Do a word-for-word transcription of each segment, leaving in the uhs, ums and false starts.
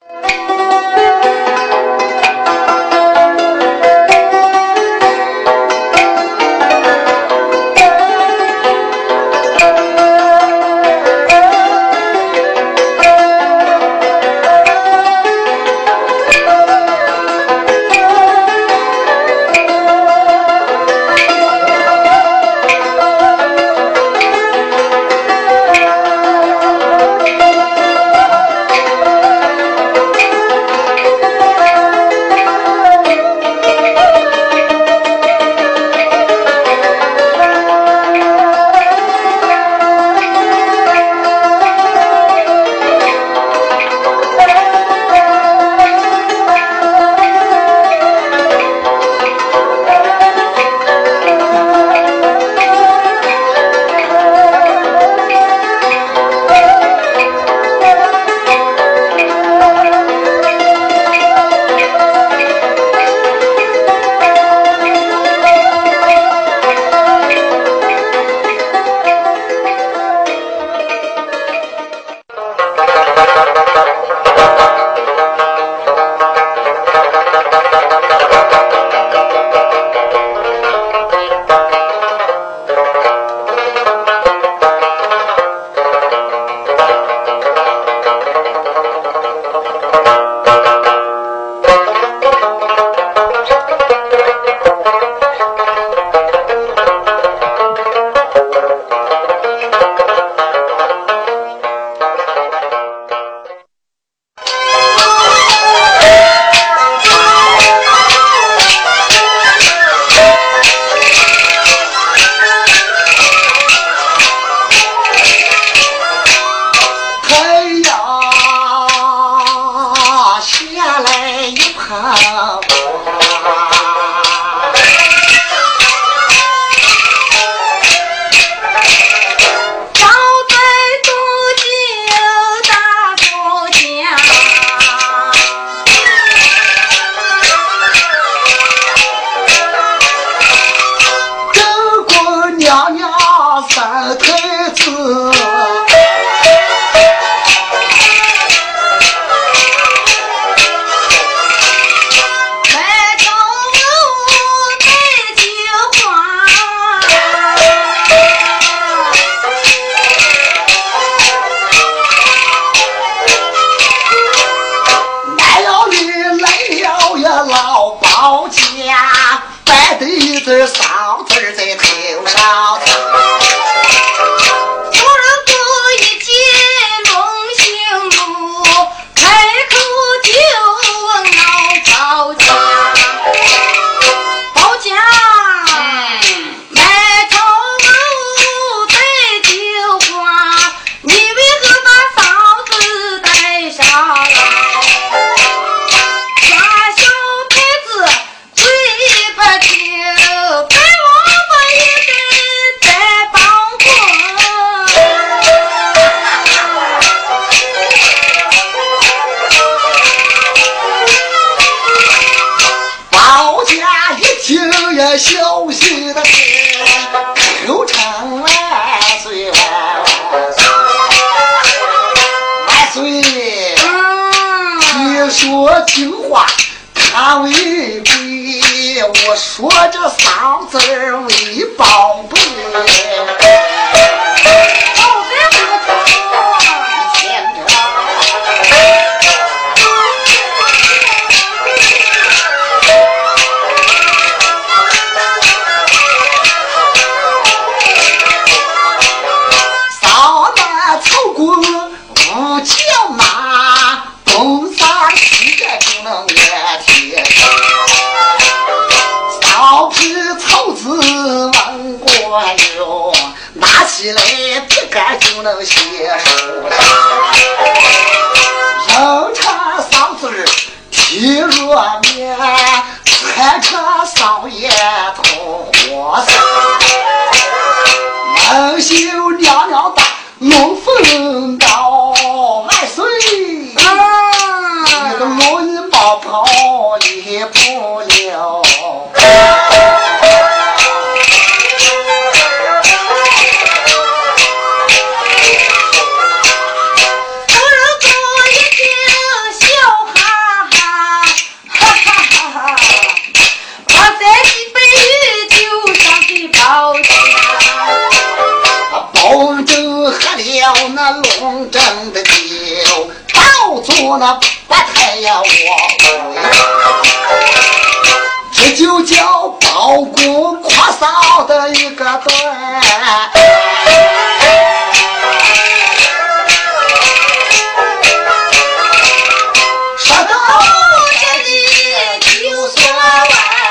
我如果一听笑龙争的酒，倒做那八太呀我这就叫包公夸嫂的一个段。说到这里就说完，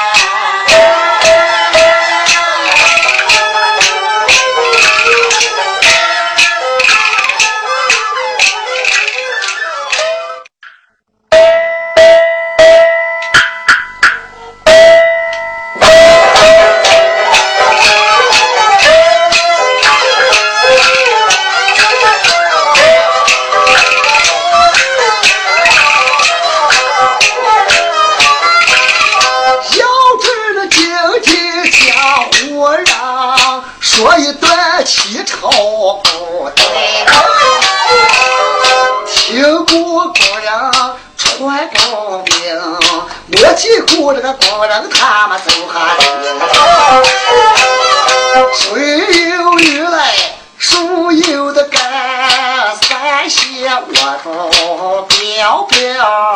说一段奇丑不对，听过古人传高明，没记过这个古人他们走下水有鱼来树有的干，三些我都标标。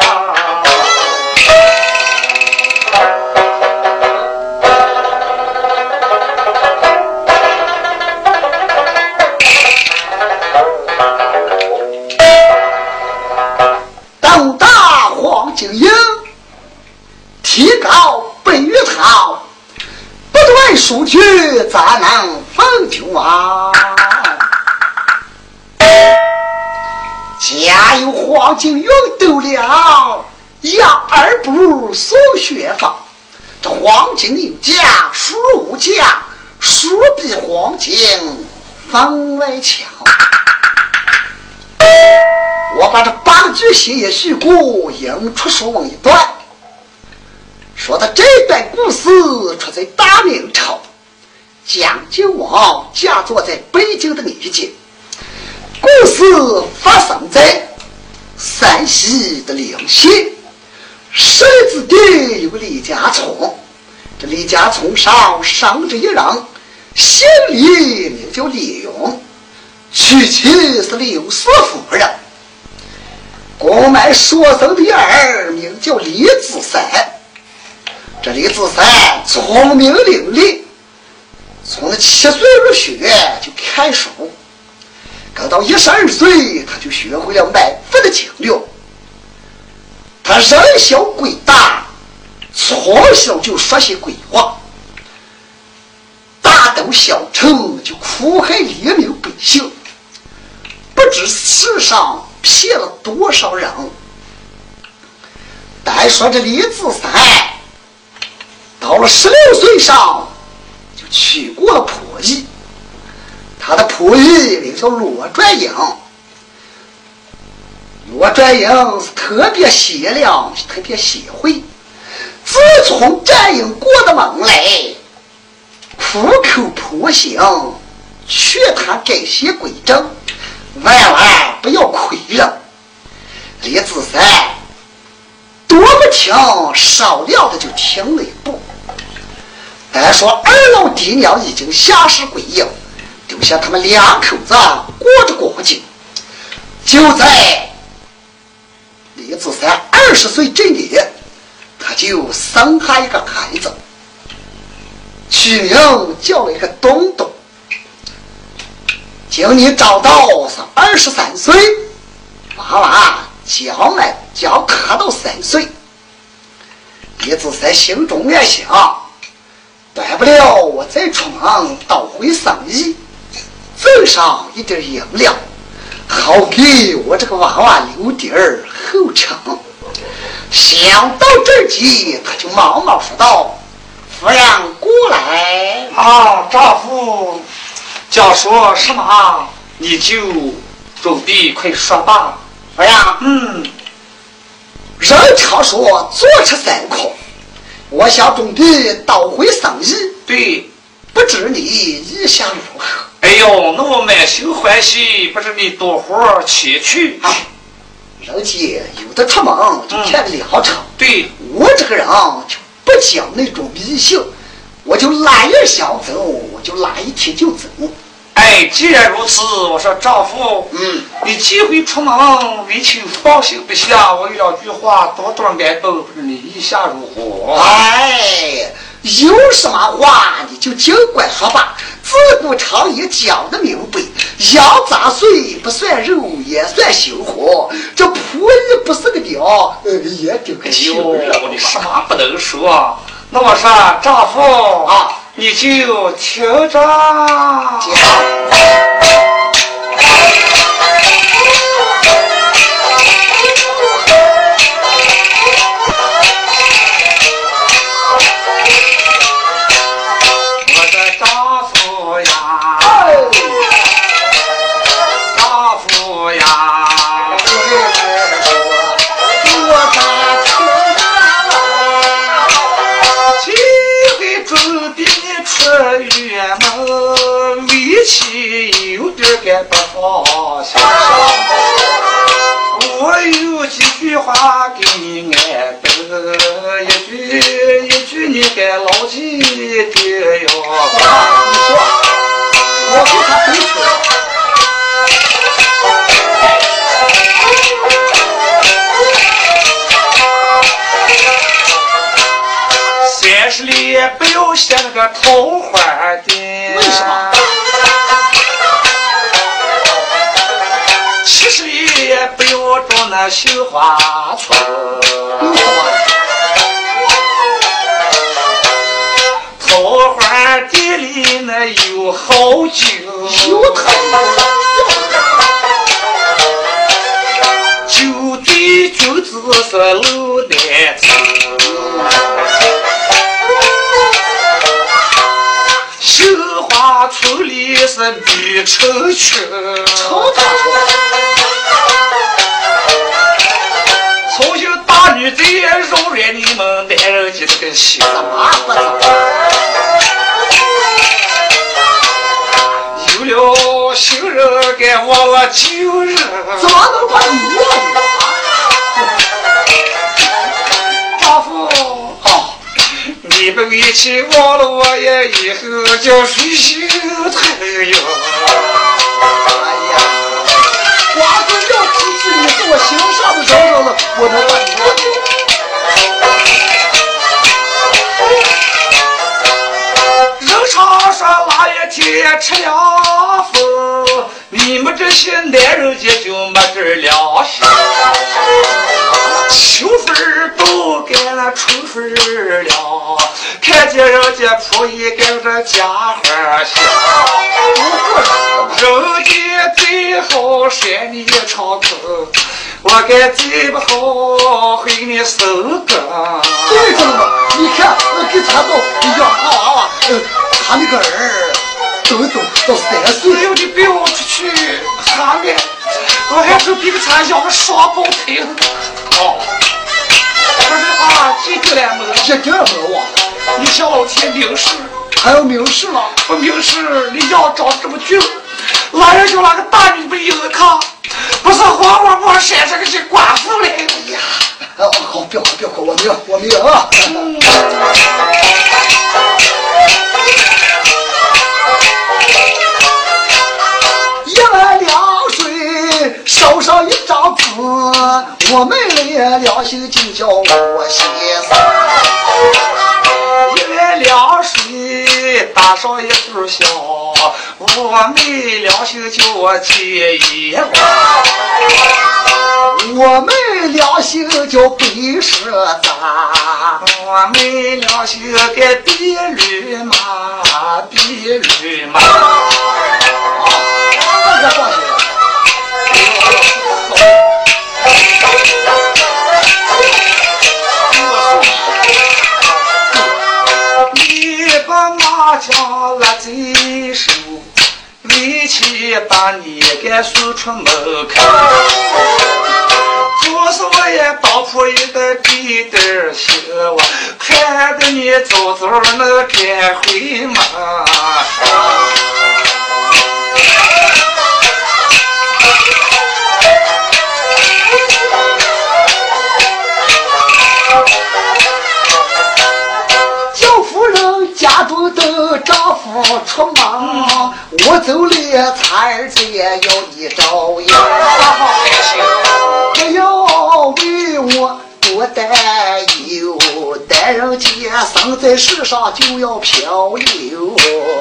当大黄金鹰提高本月草，不断数据咋能奉酒啊？家有黄金运斗了，养儿不如送学坊。这黄金有价，书无价，书比黄金分外强。我把这八句写也叙过，引出说文一段，说的这段故事出在大明朝，蒋经王驾坐在北京的年间。故事发生在山西的临县，谁子地有个李家聪，这李家聪上生着一人，姓李，名叫李勇，娶妻是刘氏夫人。公买说生的儿名叫李子山，这李子山聪明伶俐，从那七岁入学就看书，刚到一十二岁他就学会了买饭的经略。他人小鬼大，从小就说些鬼话，大斗小称就苦害黎民百姓，不知世上骗了多少人。单说这李子山到了十六岁上就娶过了仆役，他的仆役名叫罗传英。罗传英是特别贤良，特别贤惠。自从战英过的门来，苦口婆心劝他改邪归正，万万不要亏人。李子山多不听，少量的就听了一步。单说二老爹娘已经下世归隐，留下他们两口子过着光景。就在李子山二十岁这年，他就生下一个孩子，取名叫了一个东东。今年长到是二十三岁，娃娃将来将可到三岁。李子山心中暗想，断不了我再出门倒回生意，挣上一点银两，好给我这个娃娃留点后程。想到这计，他就忙忙说道：“夫人过来。” 啊，丈夫叫说什么你就准备快说吧。 夫人， 嗯， 人常说坐吃山空，我想准备倒回生意。 对， 不知你意下如何？ 哎呦，那我满心欢喜，不知你多会儿前去。 哎，人家有的出门就看个两场、嗯、 对， 我这个人就不讲那种迷信，我就懒人想走，我就懒一天就走。 哎，既然如此，我说丈夫， 嗯， 你几回出门，为求放心不下，我有两句话多多安排，不知你意下如何？ 哎，有什么话你就尽管说吧。自古常言讲的明白，羊杂碎不算肉，也算腥活。这仆役不是个屌，呃，也顶个亲人。 你什么不能说？那我说丈夫啊， 你就听着。有点该不放心上，我有几句话给你安排，一句一句你该牢记的哟。 你说，我给他回去了。 三十里不要像那个桃花的， 为什么？ 七十里也不要装那绣花村。 为什么？ 桃花地里那有好酒， 有他酒对酒子是漏难子。绣花村里是女成群， 瞅他从小大女贼扰乱你们男人的这个心。 怎么不有了新人该忘了旧人， 怎么能把你忘了？ 丈夫哦，你们一起忘了我也以后叫谁心疼哟。 哎呀，光是要提起你是我心上的人人了，我能把你忘了？ 人常说哪一天吃了风，你们这些男人也就没这良心。秋分都该那春分了，看见人家仆役跟着家花香，人家最好扇你长口，我该最不好回你手根。 对着了，你看我给他都养他娃娃，呃，他那个儿都都都三岁了，你不要出去喊我，我还是比个他养个双胞胎。哦，说这话记住了没？ 一点没忘。 你向老天明示， 还要明示了？ 不明示，你要长这么俊，哪人就那个大女不有看，不是黄花我山上个是寡妇嘞。 哎呀，哦，好，别哭别哭，我明我明啊。嗯一碗凉水，手上一张纸，我们的良心就叫我心酸。 一碗凉水，打上一盅香，我们良心叫我接一碗。 我们良心叫背十杂， 我们良心该比驴马，比驴马。 这个放心。 你把麻将拉在手，为妻把你给送出门口。做事我也当铺一个地点心，我看着你走走那赶回门。 叫夫人家中的丈夫出门，我走了才姐有一招呀，不要为我多担忧，待人接生在世上就要漂流。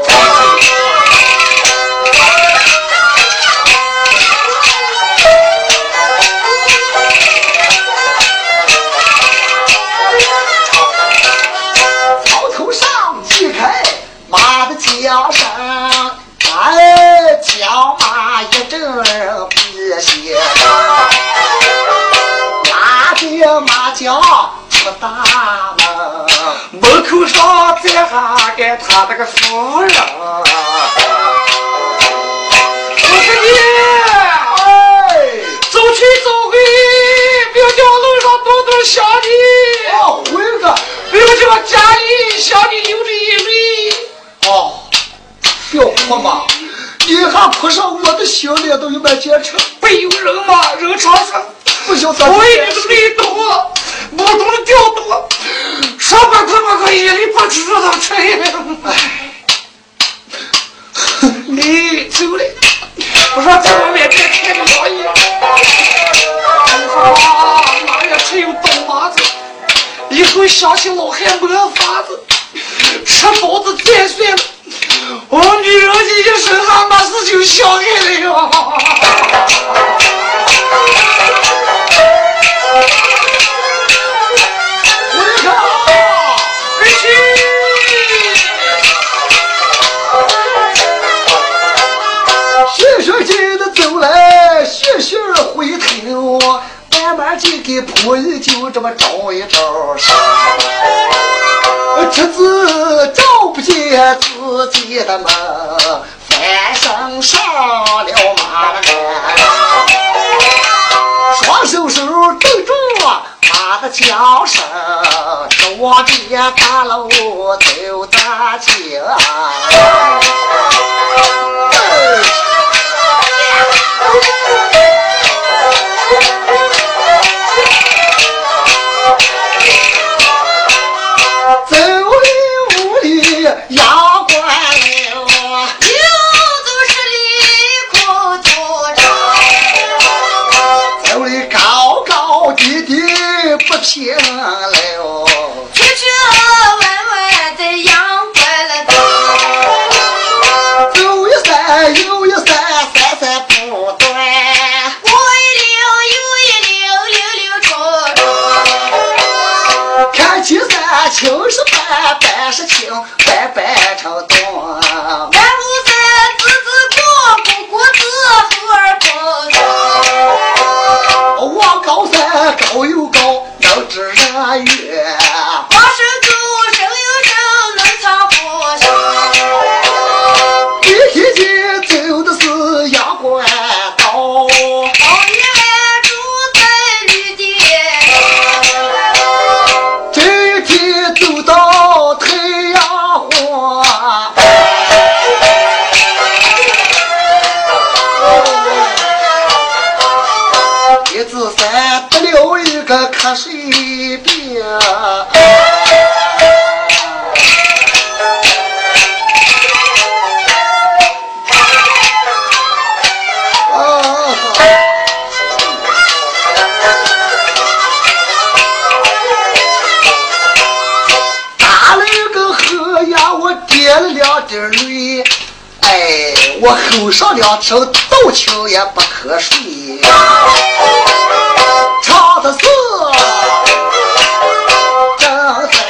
草头上击开马的缰绳，哎，叫马一阵别歇，拉着马脚出大门， 门口上再喊给他那个夫人，我说你， 哎， 走去走回，别叫路上多多想你。 哦，回个， 别叫家里想你流着眼泪。 哦，不要哭嘛，你还哭上我的心里都有点坚持。 不有人嘛，人常说， 不行，咱我也是没懂，不懂的调动，说把他们个眼里不知道吹。哎，你走了，我说在外面别开个老爷，我说哪也只有懂麻子，以后相信老汉没法子，吃包子再算了。我女人这一生还没事就想开了哟。 我看， 回去。 徐徐急的走来，徐徐回头，慢慢就给仆人就这么找一找上。侄子照不见自己的门，翻身上了马的鞍，双手手蹬住马的缰绳，往这大路走得近。走里屋里阳关溜， 游走十里苦途中， 走里高高低低不平溜， 曲曲弯弯在阳关了走， 走一山又一山，山山不断， 过一溜又一溜，溜溜冲冲， 看起山青是白，白是青，白白成冬。 满屋山子子过，过过子后儿碰， 往高山高又高，能知人远。 花生走，生有生，能藏不生。 一天天走的是阳关道， 老爷住在绿地， 这天走到太阳花。一字山得了一个瞌睡病，打了一个喝呀，我跌了两滴泪，哎，我后上两声豆情也不瞌睡，唱的是正在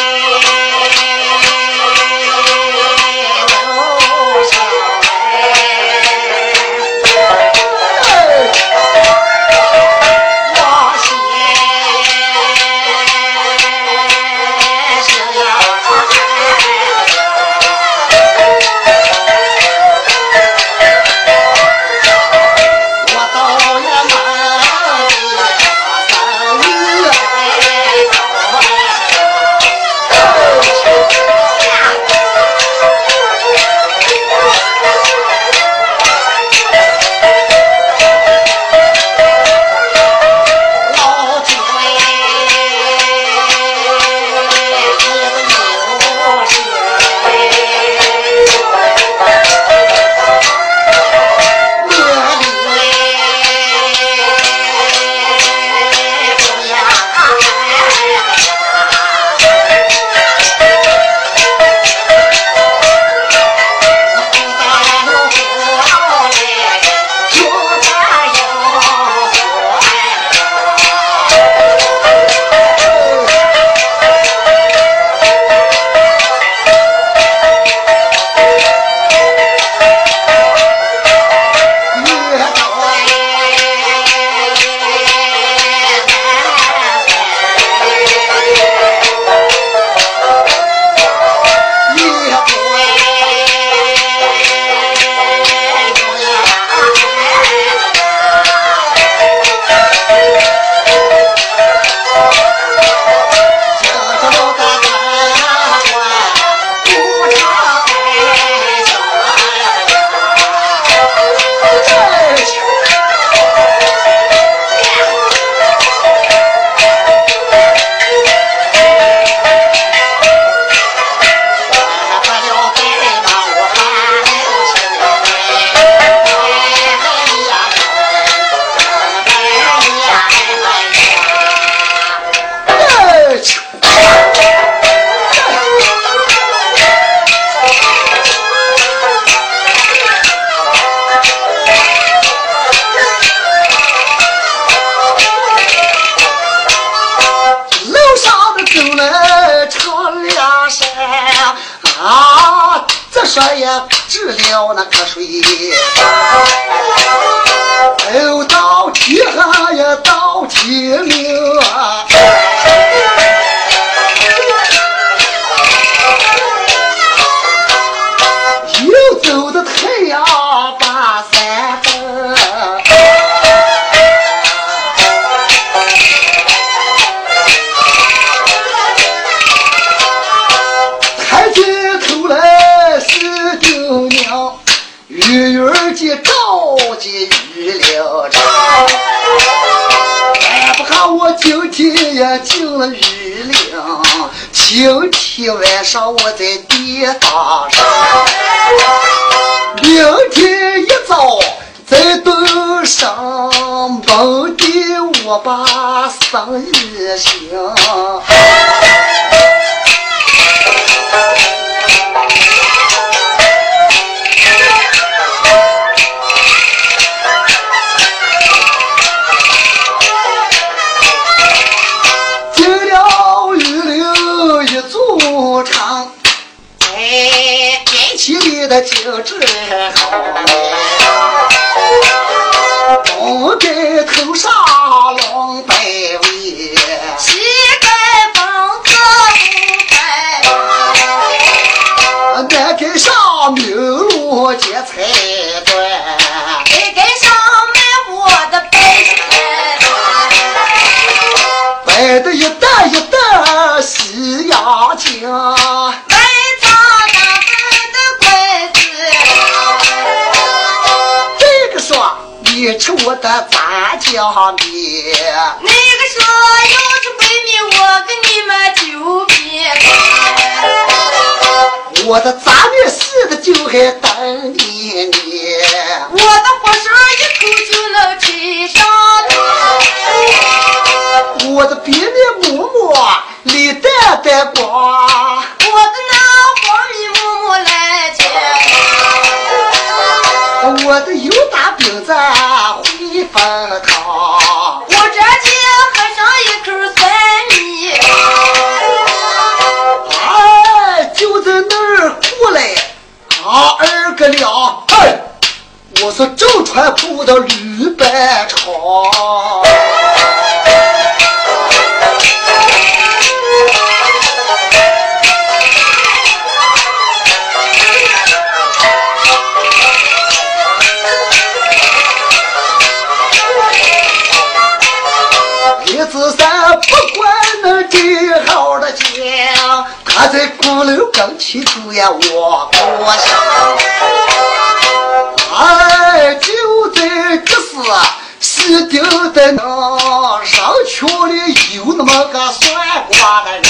楼上哎，往前是呀。我到也满说也治了那瞌睡，走到天黑也到天明啊，又走的太阳把三分，抬起头来是顶娘，鱼儿姐照见鱼了长，哎不看我今天也进了雨林，今天晚上我在地方上，明天一早在登上蹦迪，我把生意行。进了雨林一驻场，哎，天气里的景致好，东北头上龙摆尾， 膝盖房子不开， 南街上明路结彩端， 北街上卖我的白菜， 摆的一担一担西洋镜， 埋藏大份的筷子， 这个说你吃我的炸酱面， 那个说要是闺蜜我跟你们就别我的炸面细的就还等你你， 我的火烧一口就能吃上我的别面馍馍里淡淡光， 我的那黄米馍馍来接， 我的油打饼子回粉汤， 我这去喝上一口酸米， 哎，就在那儿过来啊二个两，哎，我说正穿布的绿白床，李子山不管那地好的讲，他在鼓楼刚起头呀我过想，哎，就在这时西顶的那上群里有那么个算卦的人，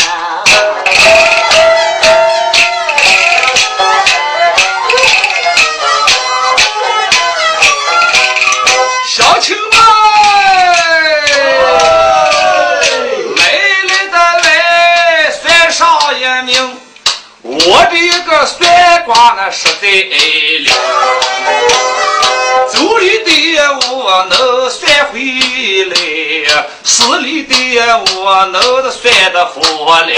小青们，来来的来，算上一名，我的一个算卦呢实在灵，走里的我能算回来，市里的我能算得回来，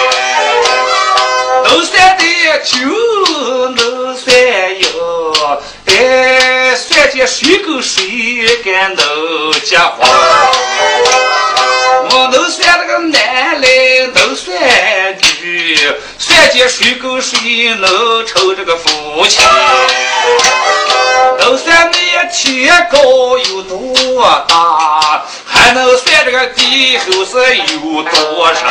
能算的就能算赢，哎，算见水沟水干能结婚，我能算那个男来能算女，算见水沟水能成这个夫妻，能算那天高有多大，还能算这个地后是有多深，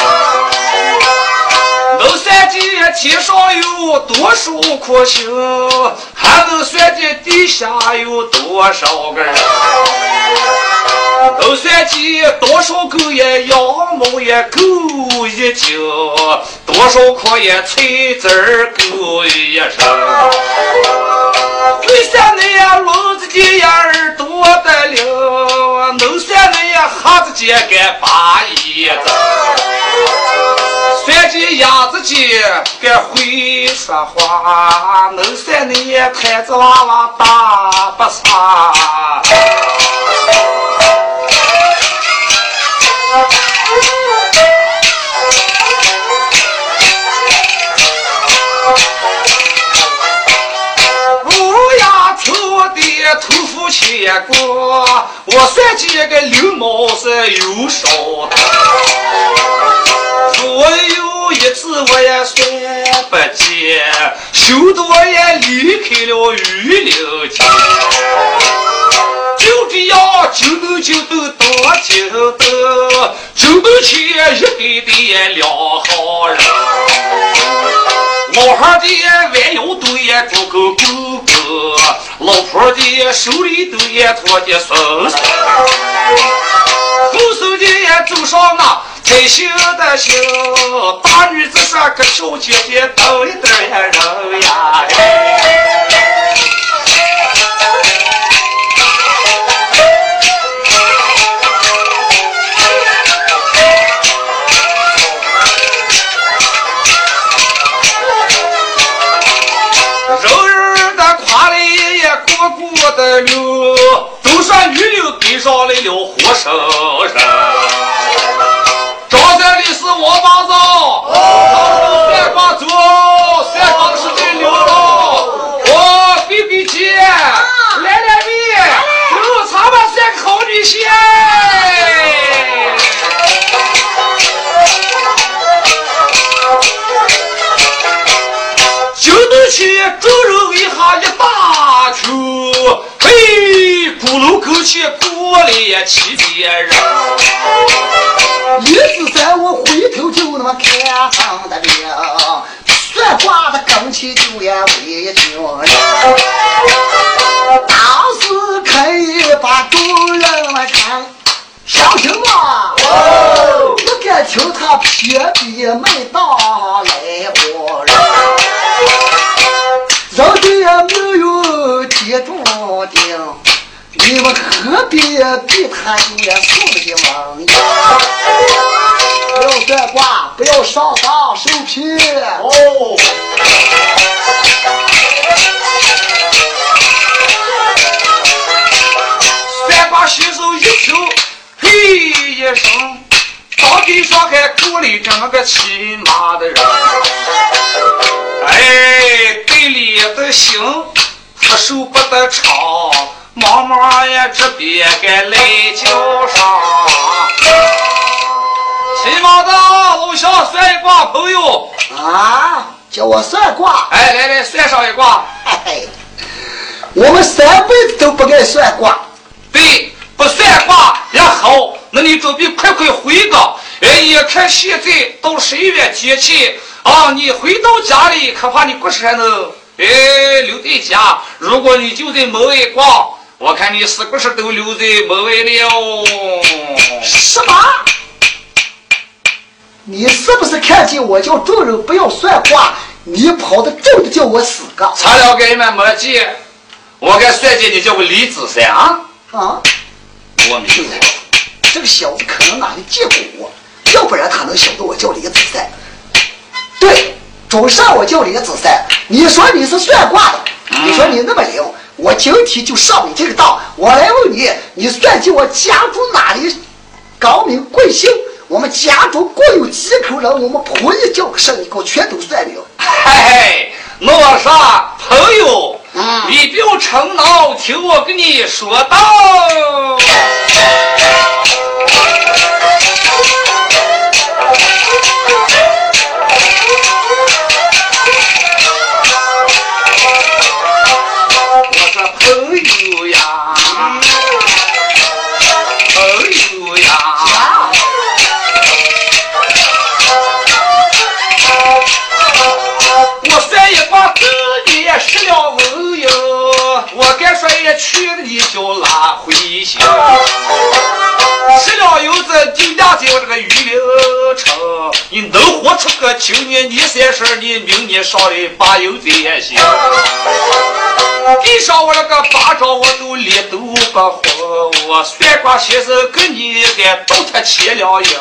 能算见天上有多少颗星，还能算见地下有多少个人，能算见多少个也羊毛也够一斤，多少颗也菜籽儿够一升，会算那呀聋子姐呀耳朵的灵，能算那呀哈子姐该把一子，算计鸭子姐该会说话，能算那呀孩子娃娃大不傻。 结果，我算计个刘毛是有少的。若有一次我也算不见，休得我也离开了榆林街。就这样，就斗就斗多就斗，就斗起一对对两好人。老汉的弯腰都也咕咕咕咕，老婆的手里都也托的松松，后手的也走上那才行的行，大女子说个小姐姐等一等呀人呀。的流都算女流给上来了活生生，招在里是王八子，三瓜走，三瓜是真流了。我比比姐，来来比，有咱们三个好女婿。就得去猪肉一下一大球，嘿，咕噜口气过来也气别人。 一直在我回头就那么看上的了，算卦的更气就也为穷人。当时可以把众人来看，小心啊！哦，不敢听他偏僻没到来我人。人的也没有接住定，你们何必对他有点送的蒙呀？不要算卦，不要上当受骗哦。 算卦新手一听，嘿一声，到地上还过了这么个骑马的人。哎，队里的行，他手不得长，忙忙呀这边该来叫上。骑马的老乡算一卦，朋友啊，叫我算卦。 哎，来来算上一卦。 嘿，我们三辈子都不该算卦。 对，不算卦也好，那你准备快快回个。哎，一看现在到十一月节气啊，你回到家里可怕你过山呢。哎，留在家，如果你就在门外逛，我看你是不是都留在门外了？ 什么？你是不是看见我叫众人不要算卦，你跑的正的叫我死个？ 材料给你们没记，我该算计你叫我李子山啊！ 啊， 我没有。 这个小子可能哪里见过我，要不然他能晓得我叫李子山。对，总上我叫李子山。你说你是算卦的，你说你那么灵，我今天就上你这个当。我来问你，你算计我家族哪里高明贵姓？我们家族共有几口人？我们婆一叫个声，你给我全都算了。 嘿嘿，那啥朋友，嗯、你不要逞恼，听我跟你说道。我说朋友呀，朋友呀。我算一把子你失了文哟，我该说也去了你就拉回乡。失了油子就压进我这个榆林城，你能活出个今年你三十，你明年上来把油子也行。地上我那个巴掌我都立都不活，我算卦先生跟你该倒他切了呀。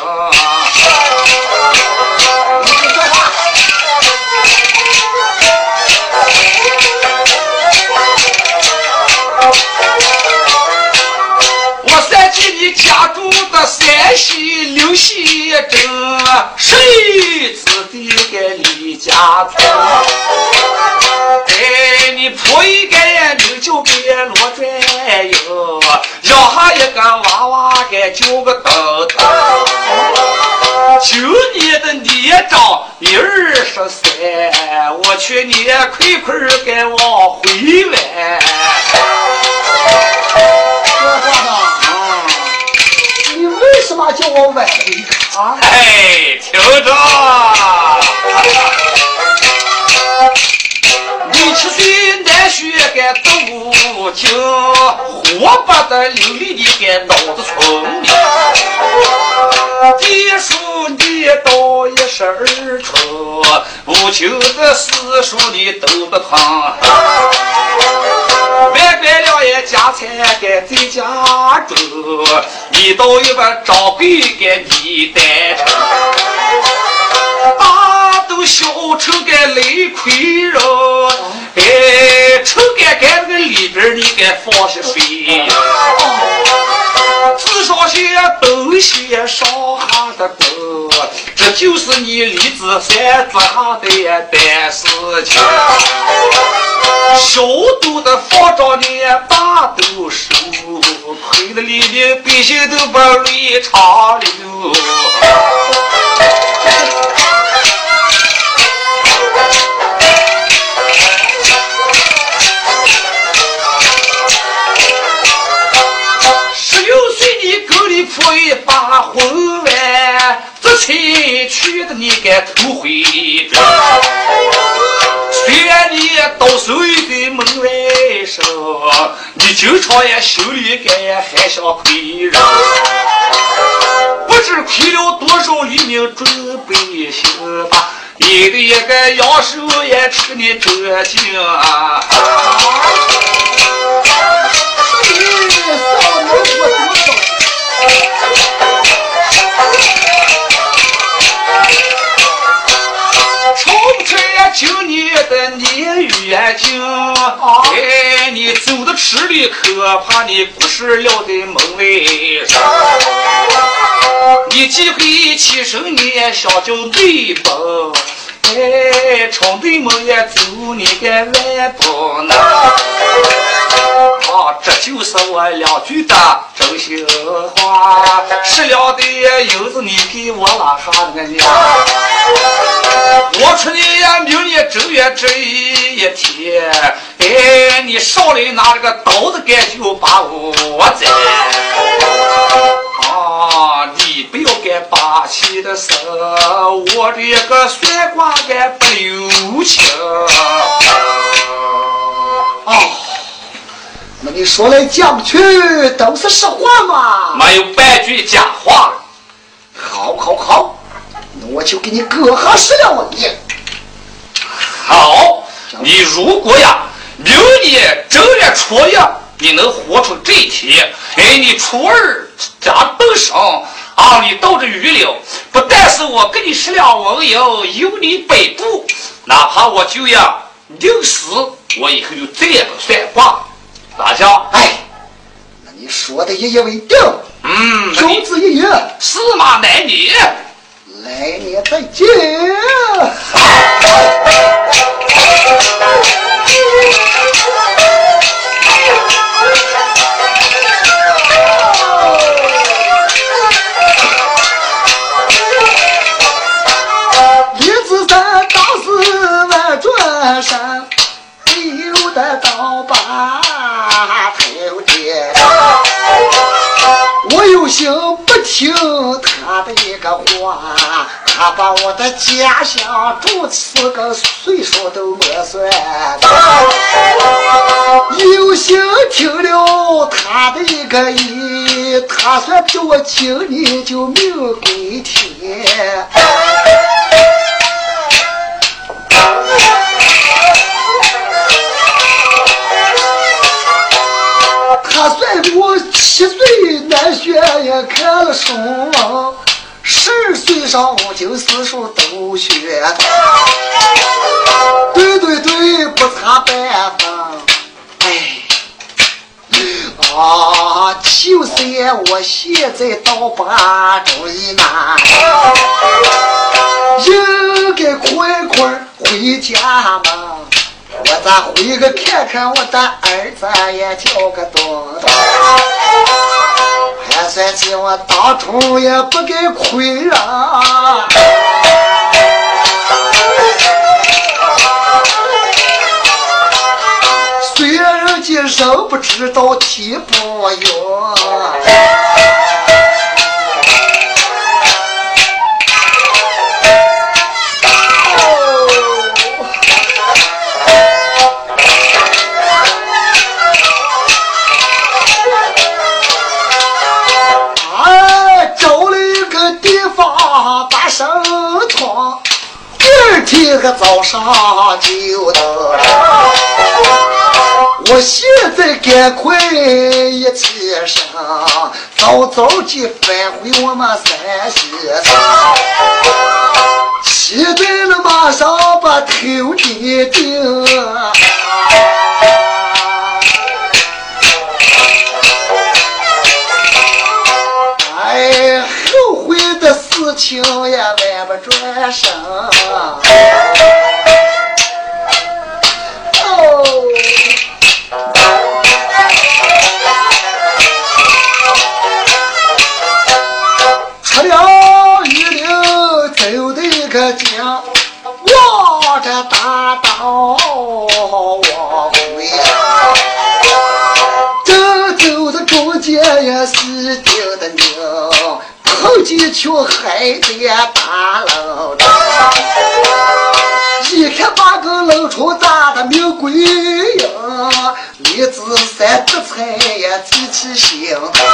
你就说话。 我算计你家中的三喜六喜真，谁知地该离家走？哎，你婆一个名就给罗转悠， 把一个娃娃给揪个头头。九年的年长，你二十三，我劝你快快给我回来。 说话呢？啊，你为什么叫我晚回啊？ 哎，听着，你七岁难学个读经，活泼的流利的个脑子聪明。地书你到一十二出，无求的四书你都不碰。外边了也家财给在家住，你都有个掌柜给你带着。大都小丑给雷亏肉，哎，臭干干那个里边你给放些水。至少些东西上下的过，这就是你李子山做下的办事情。小肚的放着你大肚手，亏得里面百姓都把泪长流。破一把婚完，这亲去的你该头回着。虽然你到手一个门外手，你经常也手里该还想亏人。不知亏了多少黎明准备行吧，你的一个阳寿也吃你这劲啊！抽不出呀，就你的年月经，哎，你走的吃力，可怕你不是了的门外上。你几回起身，你也想叫对本，哎，冲对门也走你个外本呢。啊，这就是我两句的真心话，是了的有子你给我拉下那个娘。我出你呀，明年正月这一天，哎，你少来拿这个刀子该就把我宰。啊，你不要该霸气的手，我这个算卦该不留情。 哦。那你说来讲去都是实话嘛？ 没有半句假话。 好，好，好，那我就给你割下石了我你。 好，你如果呀，明年正月初一你能活出这一天，哎，你初二加登上啊，你到这余了，不但是我跟你十两文银有你北部，哪怕我就呀临死，我以后就再也不算卦。大家， 哎，那你说的一言为定， 嗯， 就此一言， 司马来年， 来年再见。李子山当时万转山，有的刀把头跌，我有心不听他的一个话，他把我的家乡住四个岁数都没算，有心听了他的一个意，他算比我今年就命归天。他算我七岁难学也看了书，十岁上就四书都学，对对对，不差办法。哎，啊，就是呀，我现在倒把主意拿，应该快快回家嘛。我咋回个看看我的儿子也叫个东东。 呀，我当初也不该亏啊！虽然人家人不知道天不圆。天个早上就到了，我现在赶快一起身，早早地返回我们山西城，期待了马上把头顶顶。哎，后悔的事情也万不转身。出了雨林，走的个江，望着大道往回上，正走的中间也是定的宁，碰见群孩子也打冷战，一看八个老虫打的命归营，李子山这才也提起心头，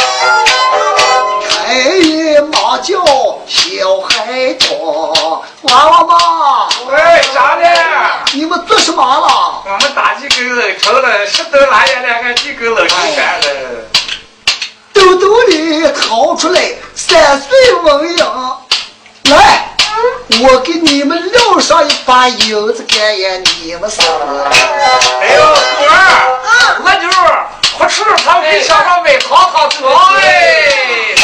开一马叫小孩童，娃娃妈， 喂，啥的？ 你们做什么了？ 我们打几根冷抽了，石头拿下两个几根冷抽干了。 兜兜里掏出来三岁文样，来，我给你们撂上一把银子干呀，你们说。 哎呦，姑儿，啊，那就快吃他们给小上买糖糖走哎。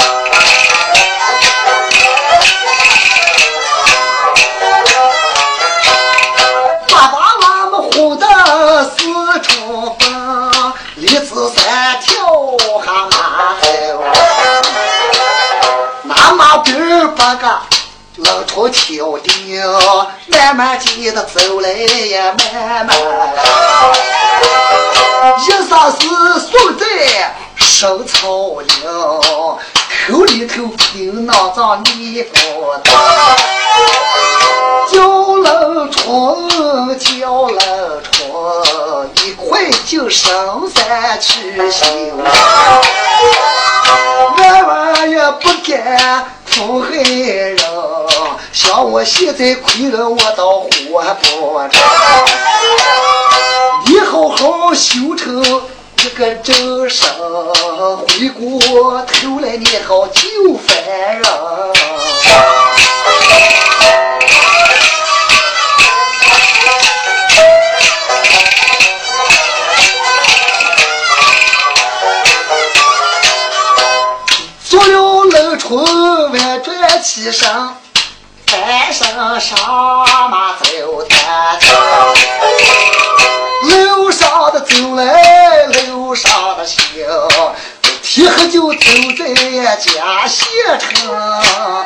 爸爸妈妈哄的四处奔，李子山跳哈马走，那马边八个老头挑顶，慢慢地的走来呀，慢慢一上是送在生草林，口里头平脑脏你不懂，叫了虫叫了虫，你快就上山去修，万万也不敢痛恨人，像我现在亏了我倒活不着，你好好修成一个正生，回过头来你好救凡人。做了冷春万转起身，翻身上马走单车，路上的走来路上的行，天黑就走在家县城。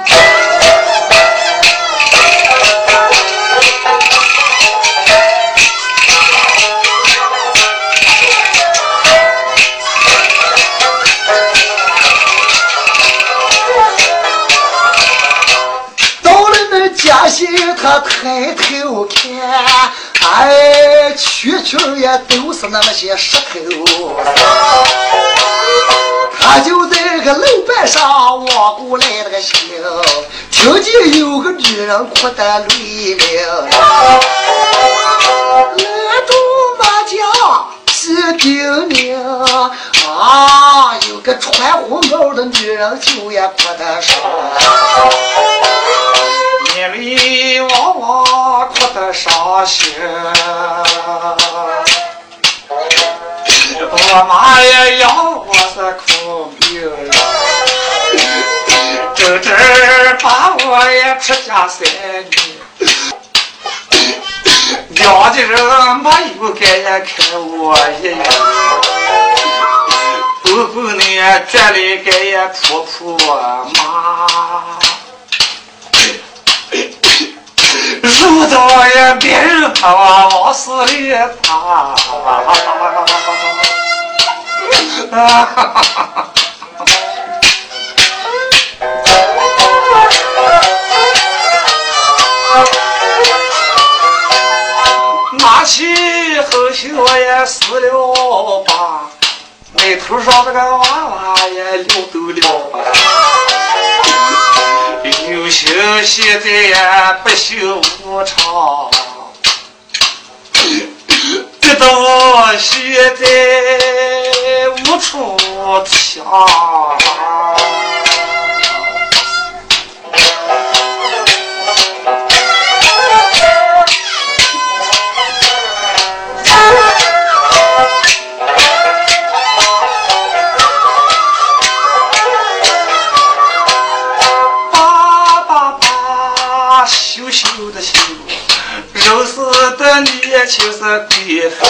家乡他抬头看，哎，区区也都是那么些石头，他就在个楼板上望过来那个星，听见有个女人哭得泪流，来住马家是叮咛啊，有个穿红袄的女人就也哭得少， 眼里汪汪哭得伤心，我妈也要我是苦命，这这把我也出家三年，两家人没有敢也看我一眼，姑姑娘也这里给也扑扑马，如到也别人他往死里爬。拿起后袖也撕了吧，眉头上这个娃娃也溜都了吧，有心现在也不休无常，觉得我现在无处藏。羞羞的羞，肉丝的你就是对付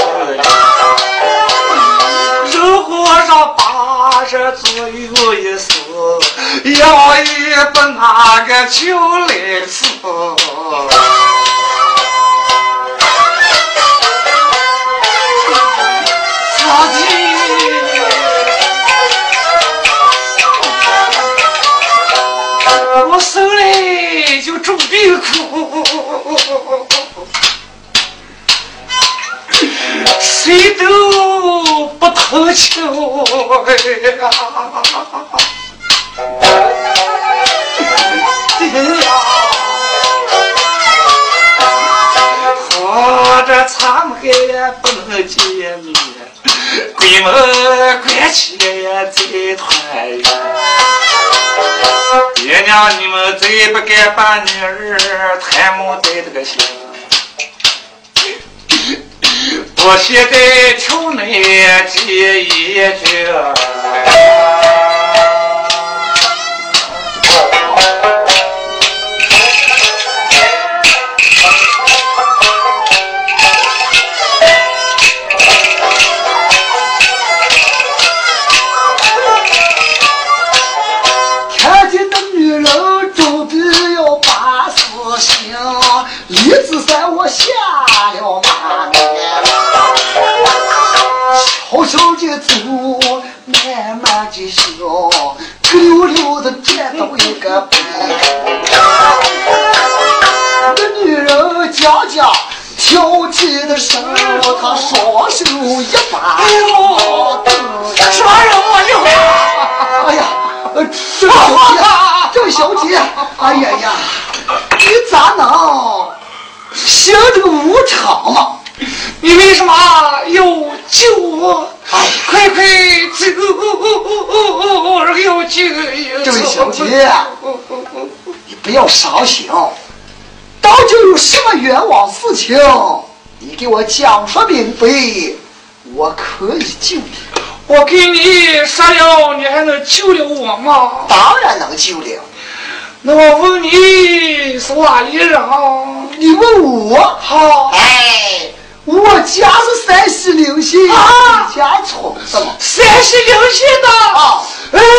肉火上八十左右一丝，要也不拿个酒来吃。苍天，我手里就种病苦，谁都不透秋呀！天呀！活着苍黑也不能见面，鬼门关起也再团圆。爹娘，你们再不该把女儿贪慕在这个心，我现在求你记一句。 一直在我下了马面，悄悄地走，慢慢地笑，直溜溜的转到一个背。那女人讲讲挑起的手，她双手一把，哎呦， 什么人我有呀？哎呀，这位小姐，这位小姐，哎呀呀！你咋能行这个无常嘛？ 你为什么要救我？哎，快快走！要救！ 这位小姐，你不要伤心，到底有什么冤枉事情？你给我讲说明白，我可以救你。 我给你杀了，你还能救了我吗？ 当然能救了。 那我问你是哪里人？ 你问我？ 好， 哎，我家是山西临县啊，你家从什么？ 山西临县的啊！ 哎呀，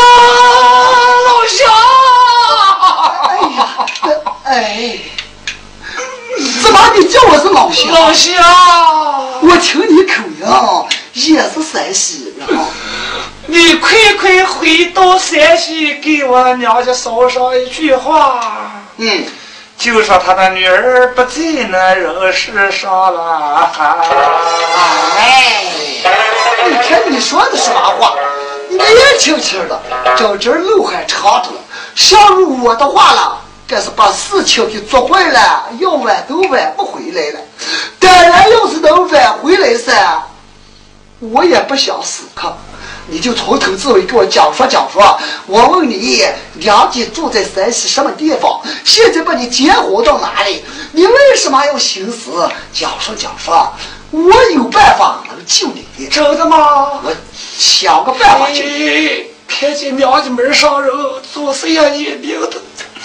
老乡！ 哎呀，哎，怎么你叫我是老乡？ 老乡， 我听你口音也是山西人。 你快快回到山西，给我娘家捎上一句话。 嗯， 就说他的女儿不在那人世上了。 哎，你看你说的什么话？年轻轻的，整整路还长着了。像如我的话了，该是把事情给做坏了，要挽都挽不回来了。当然，要是能挽回来噻，我也不想死磕。你就从头至尾给我讲说讲说。我问你，娘家住在山西什么地方？现在把你结婚到哪里？你为什么要心思？讲说讲说，我有办法能救你。 真的吗？ 我想个办法救你。 看见娘家门上人，做事也严明的。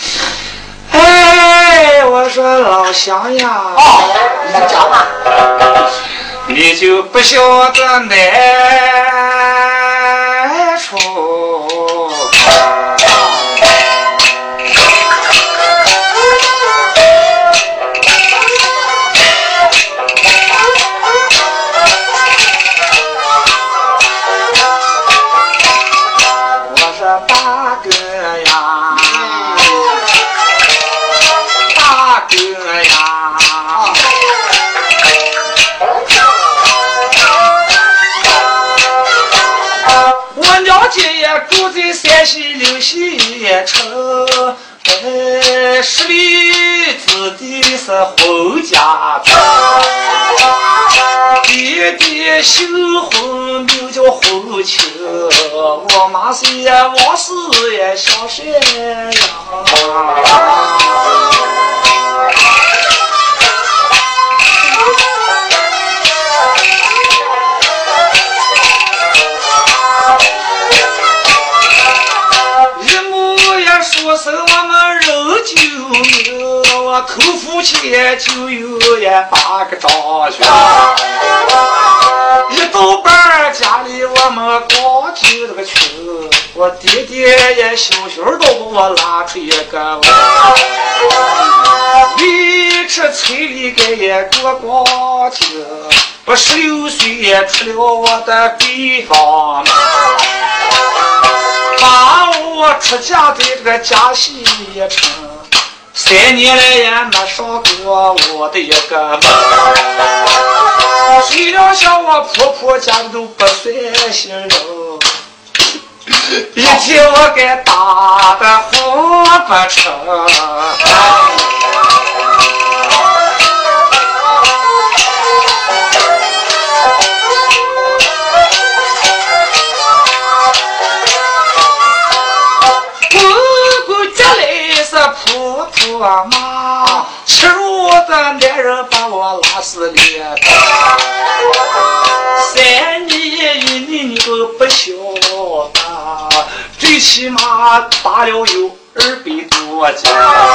哎，我说老乡呀， 哦，你就讲吧。 你就不晓得难处。 姐也住在山西刘西城，哎，十里之地是侯家庄，爹爹新婚名叫侯庆，我妈是也王氏也小山羊。说是我们肉酒牛，我口腹前就有也八个张学。一到半家里我们光酒这个群，我爹爹也小小都把我拉出一个你吃村里个也过光酒，我十六岁也出了我的地方，把我出嫁在这个嘉兴城，三年来也没上过我的一个门。虽然像我婆婆家都不算心肉，一天我给打的活不成。婆婆妈，吃肉的男人把我拉死脸，三年一年你都不晓得，最起码打了有二百多斤。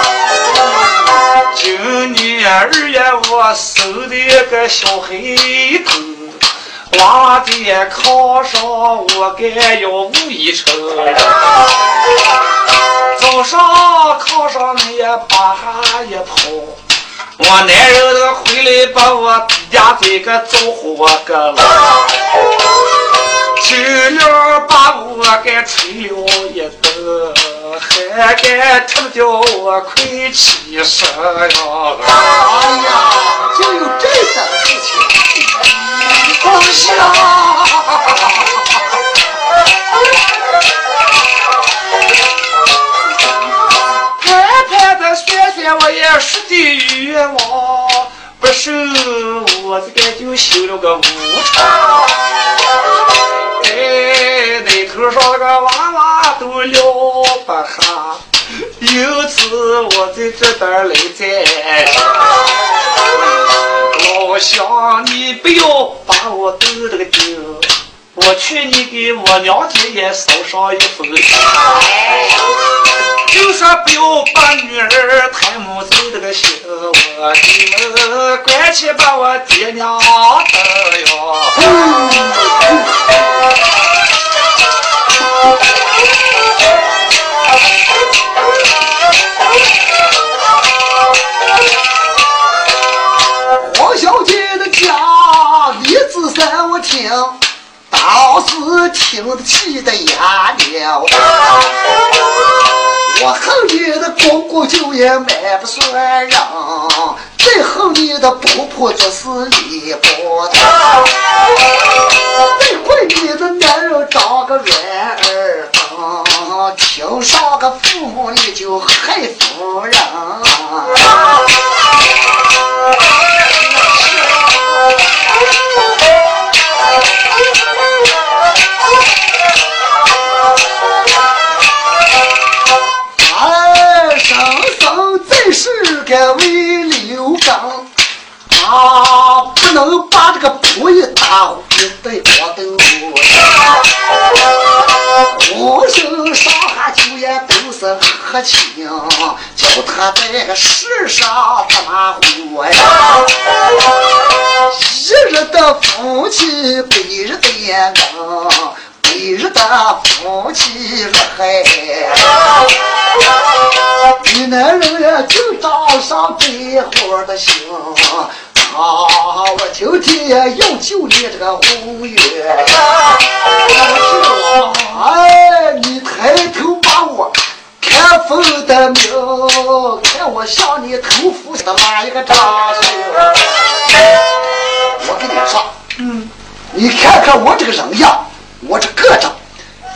今年二月我收的一个小黑头，娃的考上我该要五一成。早上考上你也把哈一跑，我男人都回来把我家这个走活个了，就了把我给吹了一顿，还该吃掉我亏气死了。 哎呀，就有这等事情， 恭喜啊！我也是的愿望，不是我这个就修了个武场。哎，那头上那个娃娃都了不哈，由此我在这边来在。老乡，你不要把我兜这个丢，我劝你给我娘姐也捎上一封信。就说不要把女儿太母走这个心，我你们关起把我爹娘的哟。 黄小姐的家一字三我听，倒是听得气得牙了。我恨你的公公就也买不算人，再恨你的婆婆做事理不当，再怪你的男人长个软耳根，听上个父母你就害夫人。该为刘刚啊，不能把这个仆一打一对光头，无声上下酒也都是和亲，叫他在个世上他妈活呀！一日的夫妻百日的眼光，百日的夫妻若害。你男人呀，就找上背后的心啊！我今天要救你这个红月，哎，你抬头把我看风的命，看我向你头服的哪一个长袖？我跟你说，嗯，你看看我这个人样，我这个子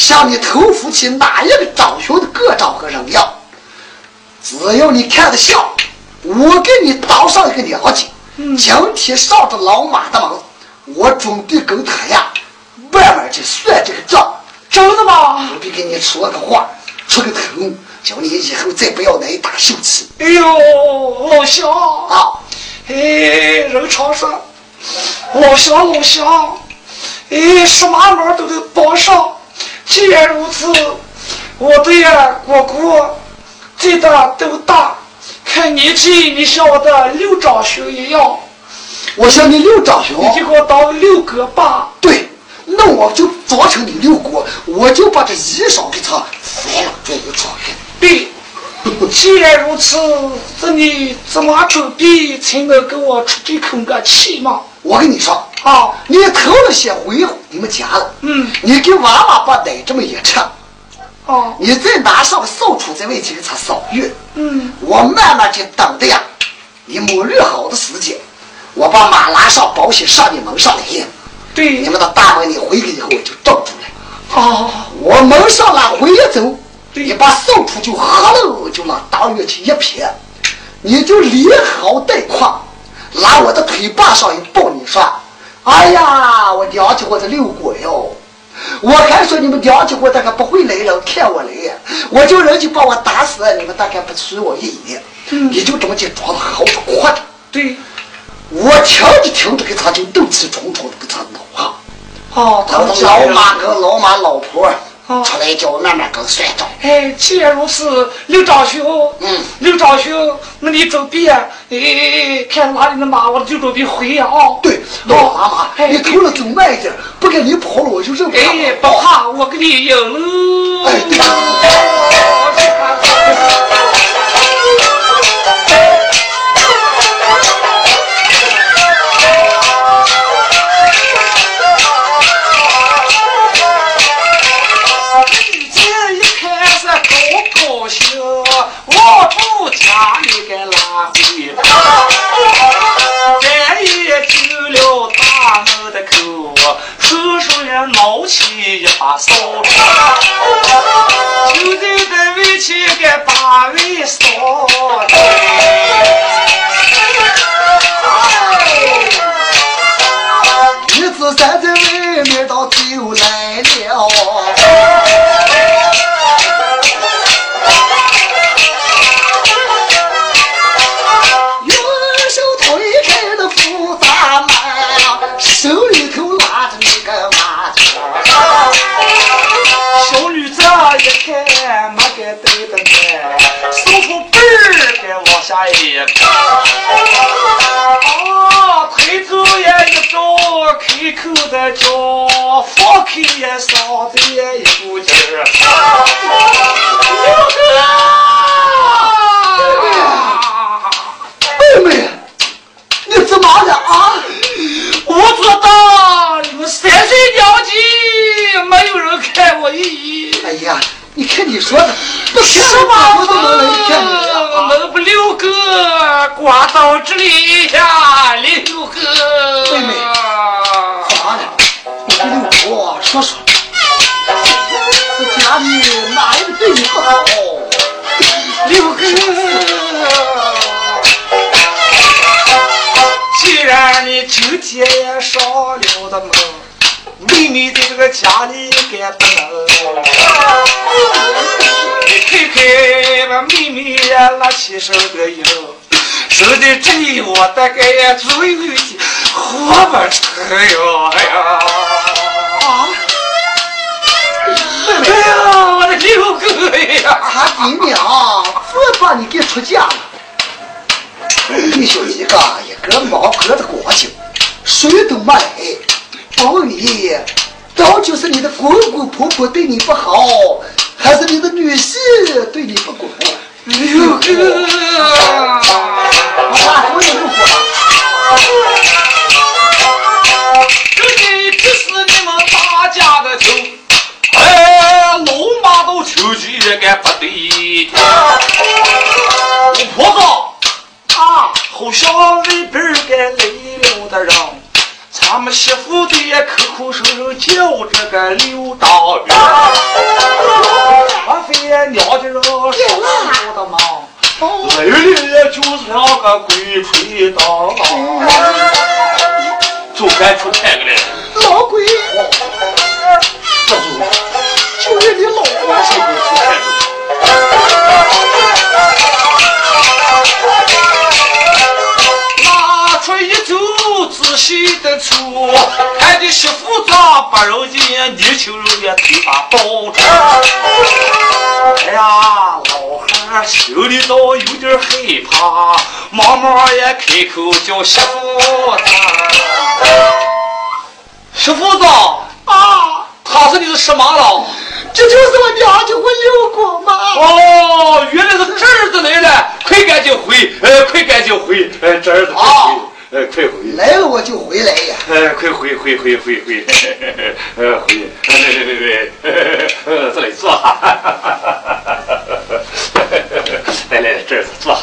向你投付起哪一个长兄的个照和荣耀，只要你看得像，我给你当上一个了解。嗯、今天上着老马的门，我准备跟他呀慢慢去算这个账。 真的吗？ 我必给你说个话，出个头，叫你以后再不要来打秀气。 哎呦，老乡啊！ 哎，人常说，老乡老乡，哎，什么忙都得帮上。既然如此，我对呀果果最大都大，看年纪你像我的六长兄一样。 我像你六长兄， 你就给我当六哥吧。 对，那我就装成你六哥，我就把这衣裳给他翻了转一转。 对。既然如此，这你怎么准备才能给我出这口个气嘛？ 我跟你说啊，你头了些回你们家了，嗯，你给娃娃把奶这么一吃， 哦， 你再拿上扫帚在外去给他扫月， 嗯， 我慢慢去等着呀。你某日好的时间，我把马拉上保险上你门上来， 对， 你们的大门你回去以后我就罩住了。 哦， 我门上来回一走。你把扫帚就哈喽就往当月去一撇，你就连好带跨，拿我的腿把上一抱，你说：“哎呀，我娘家伙的六国哟！我还说你们娘家伙大概不会来人看我来，我就人就把我打死，你们大概不随我一眼。”嗯，你就这么就装的好着夸着。 对， 我听着听着给他就斗气冲冲的给他恼哈。 哦， 他的老马跟老马老婆。 哦、 出来叫我慢慢跟算账。 哎，既然如此，刘长兄， 嗯， 刘长兄，那你准备啊？哎，看哪里的马，我就准备回呀、啊！哦， 对，老妈妈，哎、你头了走慢一点，不跟你跑了我就认不哎，不怕，我给你赢了。 哎，对。 我不家里给拉回他，再也进了大门的口，叔叔也闹起一把扫帚，就在这围起个把位扫的， 日子站在外面到就来了。手里头拉着那个麻将， 小女子一看没该对的呢，手出本儿该往下一看，啊，推头也一招，开口的叫，放开也嗓子也一股劲儿。 妹妹，你怎么了啊？ 我做到你们三岁娘纪，没有人看我一眼。 哎呀，你看你说的，不什么我都能来看你我们不六个刮到这里呀，六个。 妹妹，干嘛呢？你跟六婆说说，这家里哪一个对你不好？ 六个。既然你今天也上了的门，妹妹在这个家里该不能。你看看把妹妹也拉起手个油，手在这里我大概也足有些活不成哟！哎呀！啊！哎呀，我的六哥呀！ 他爹娘不把你给出嫁了。你兄几个一个忙隔着光景，谁都没来。我问你，到底是你的公公婆婆对你不好，还是你的女婿对你不公？ 六哥， 我啥时候也不过了？ 这里只是你们大家的头，哎，老马都求起个不对。我婆子啊，好像里边个来了的人，咱们媳妇的也口口声声叫这个刘大元。 一道，就该出太个来。 老鬼， 这就就是你老婆是你出太个。 拿出一走仔细的出，看见媳妇装把肉筋，泥鳅肉也腿把包着。哎呀，老汉心里倒有点害怕，忙忙也开口叫媳妇子。媳妇子啊，他是你的什么了？ 这就是我娘家我六姑妈。 哦，原来是侄儿子来了，快赶紧回，呃，快赶紧回，呃，侄儿子快回，呃，快回。 来了我就回来呀。 呃，快回回回回回，呃，回，来来来来，呃，这里坐哈，来来来，这儿坐。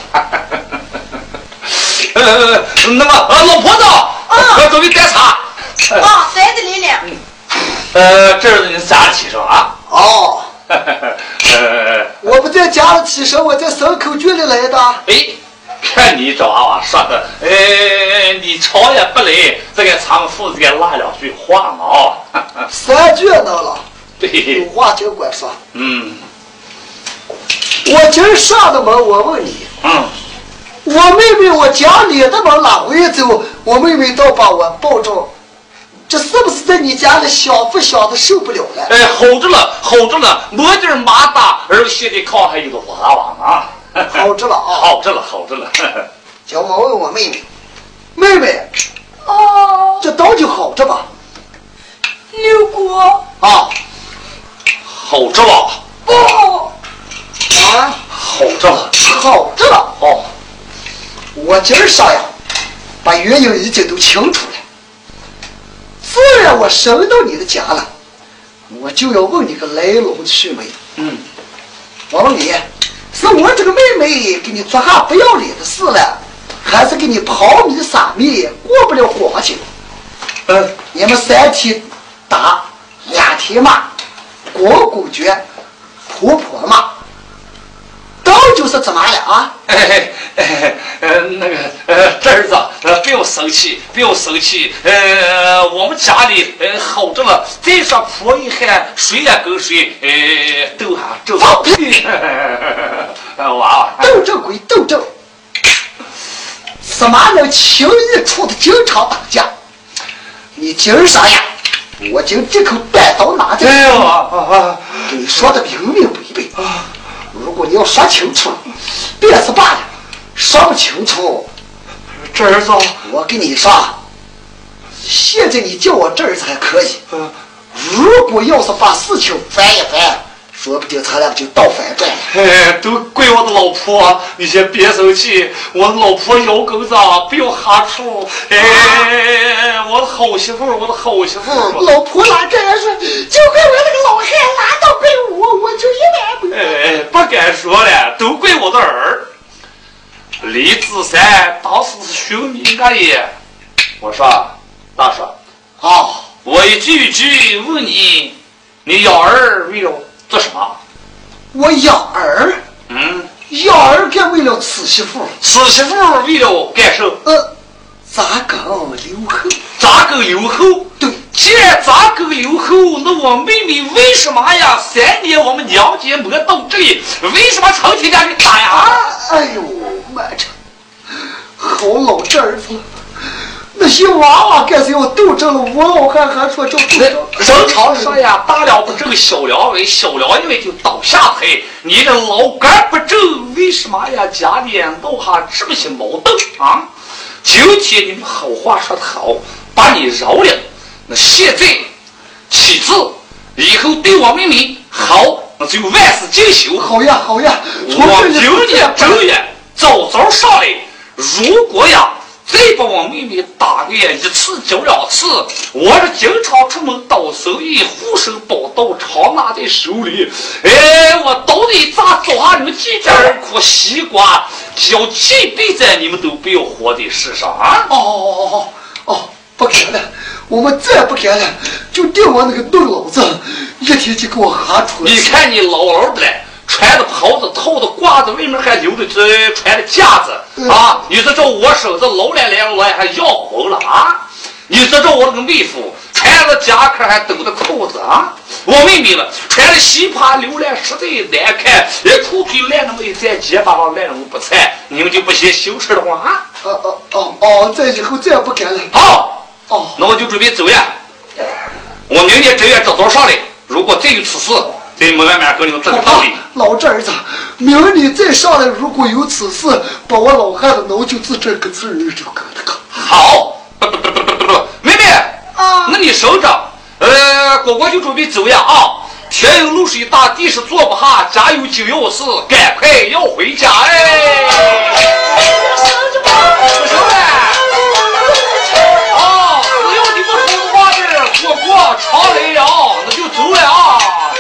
呃，那么，呃，老婆子，啊，准备带茶。 啊，在这里了。 呃，这儿你咋起上啊？ 哦， 呃， 我不在家里起身，我在牲口局里来的。 哎，看你这娃娃说的，呃，你朝也不来，这个咱们父子也拉两句话嘛。 三句呢了， 对， 有话尽管说。 嗯， 我今儿上的门，我问你， 嗯， 我妹妹我家里的门拉回走，我妹妹倒把我抱着。这是不是在你家里想不想的受不了了？ 哎，好着了，好着了，没点马大，而现在炕还有个娃娃呢。 好着了啊， 好着了，好着了。 叫我问我妹妹，妹妹， 哦， 这刀就好着吧？ 六姑。 啊， 好着了。 哦。 啊， 好着了， 好着了。 哦， 我今儿上呀，把原因已经都清楚了。自然我升到你的家了，我就要问你个来龙去脉。 嗯， 我问你，是我这个妹妹给你做下不要脸的事了，还是给你刨米撒米过不了光景？ 嗯， 你们三天打，两天骂，滚滚决，婆婆骂，到底是怎么了啊？ 哎哎呃那个呃侄儿子，呃不要生气，不要生气。呃，我们家里呃好着了，再说婆一喊，谁也跟谁呃都还正放屁！ 娃娃斗争归斗争，什么能轻易处的经常打架？你今儿啥呀？我今这口板刀拿着， 哎呦啊！ 给你说的明明白白。如果你要说清楚，别是罢了；说不清楚， 侄儿子， 我跟你说，现在你叫我侄儿子还可以。 嗯， 如果要是把事情翻一翻，说不定咱俩就倒反转了。 哎，都怪我的老婆，你先别生气。我的老婆腰狗子不要哈处。哎，我的好媳妇，我的好媳妇。 老婆哪这样说？就怪我那个老汉，哪倒怪我？我就一般哎，不敢说了，都怪我的儿。李子山当时是寻迷阿爷。我说，大叔， 好， 我一句一句问你，你养儿为了做什么？ 我养儿， 嗯， 养儿干为了娶媳妇， 娶媳妇为了干什么？ 呃，扎根留后。 扎根留后。 对， 既然扎根留后，那我妹妹为什么呀？三年我们娘家没到这里，为什么成天在这打呀？ 啊，哎呦，妈这，好老这儿子。那些娃娃干是要斗争了，我老汉还说叫斗争。 正常说呀，大梁不正，小梁歪，小梁一歪就倒下台。你这老杆不正，为什么呀？家里闹下这么些矛盾啊？今天你们好话说得好，把你饶了。那现在起字以后对我妹妹好，那就万事尽修。 好呀，好呀， 我今年正月早早上来，如果呀。再把我妹妹打个一次就两次，我是经常出门倒生意，护身宝刀常拿在手里。哎，我到底咋做下你们几家人苦西瓜，只要这辈子你们都不要活在世上啊！ 哦哦哦哦，不干了，我们再不干了，就定我那个邓老子一天就给我喊出来。 你看你老老的了，出穿的袍子，头的褂子，外面还留着这穿的架子啊！你说这我手子老来来我还要红了啊！你说这我那个妹夫穿着夹克还抖着裤子啊！我妹妹了，穿着西帕流浪实在难看，人裤腿烂那么一在结巴上烂那么不菜，你们就不嫌羞耻的慌啊？ 哦哦哦哦，这以后再也不敢了。 好， 哦， 那我就准备走呀。我明天正月早早上来，如果再有此事，再慢慢跟你们这个道理。 老这儿子，明年再上来，如果有此事，把我老汉子挠就字这个字儿就搁那个。 好，不不不不不不，妹妹啊，那你收着。呃，果果就准备走呀啊！天有露水大，地是坐不下，家有酒要事，赶快要回家哎！不收了。哦，只要你不说的话呢，果果常来了，那就走了啊！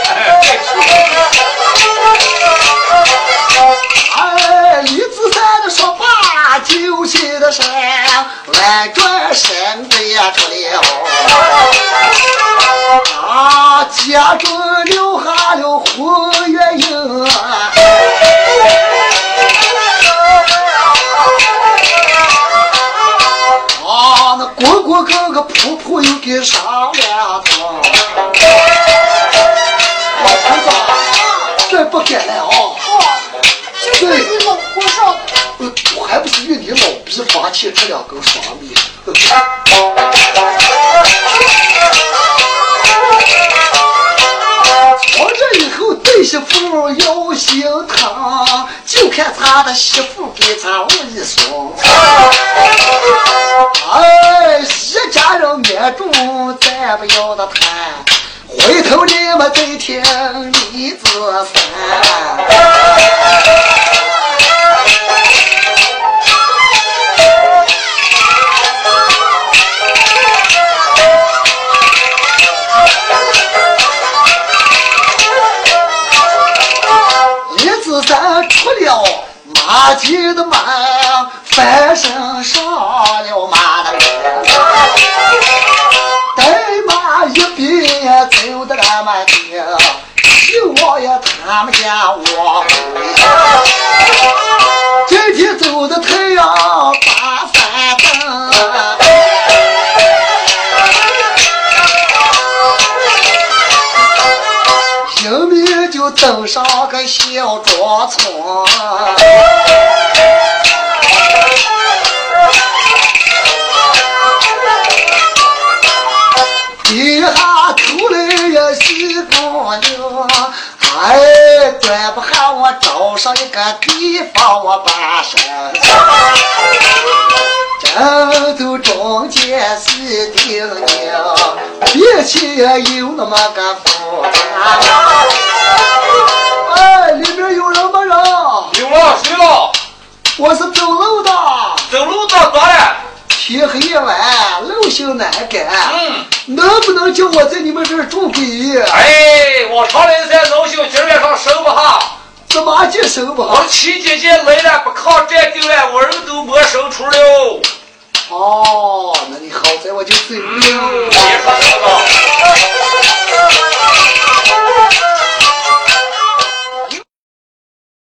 哎，李子山的说罢，就起的山，万转身对呀出了。啊，家中留下了胡月英，啊，那果果哥哥婆婆又给上了床。老头子，这不该来啊！ 这是你老婆上的， 呃，我还不是与你老逼发起这两根双面。从这以后对媳妇要心疼，就看他的媳妇给他无一双。哎，一家人面中再不要的谈，回头你们再听李子三。咱出了马蹄的马，翻身上了马的人，带马一边走的那么近，希望呀他们家我回家。今天走的太阳把三灯，迎面就登上个小桌床，低下头来呀西姑娘，哎，怪不喊我找上一个地方我把身枕头中间细叮咛，别去有那么个复杂。哎，里面有人吗？人有了，谁了？ 我是走路的， 走路的咋了？ 天黑夜晚，路行难赶。 嗯， 能不能叫我在你们这儿住几夜？ 哎，我常来在老朽今儿晚上收不下。 怎么就收不我下？ 七姐姐来了，不靠站定了，我人都没收出了。 哦，那你好在我就走了。 嗯，别说这个。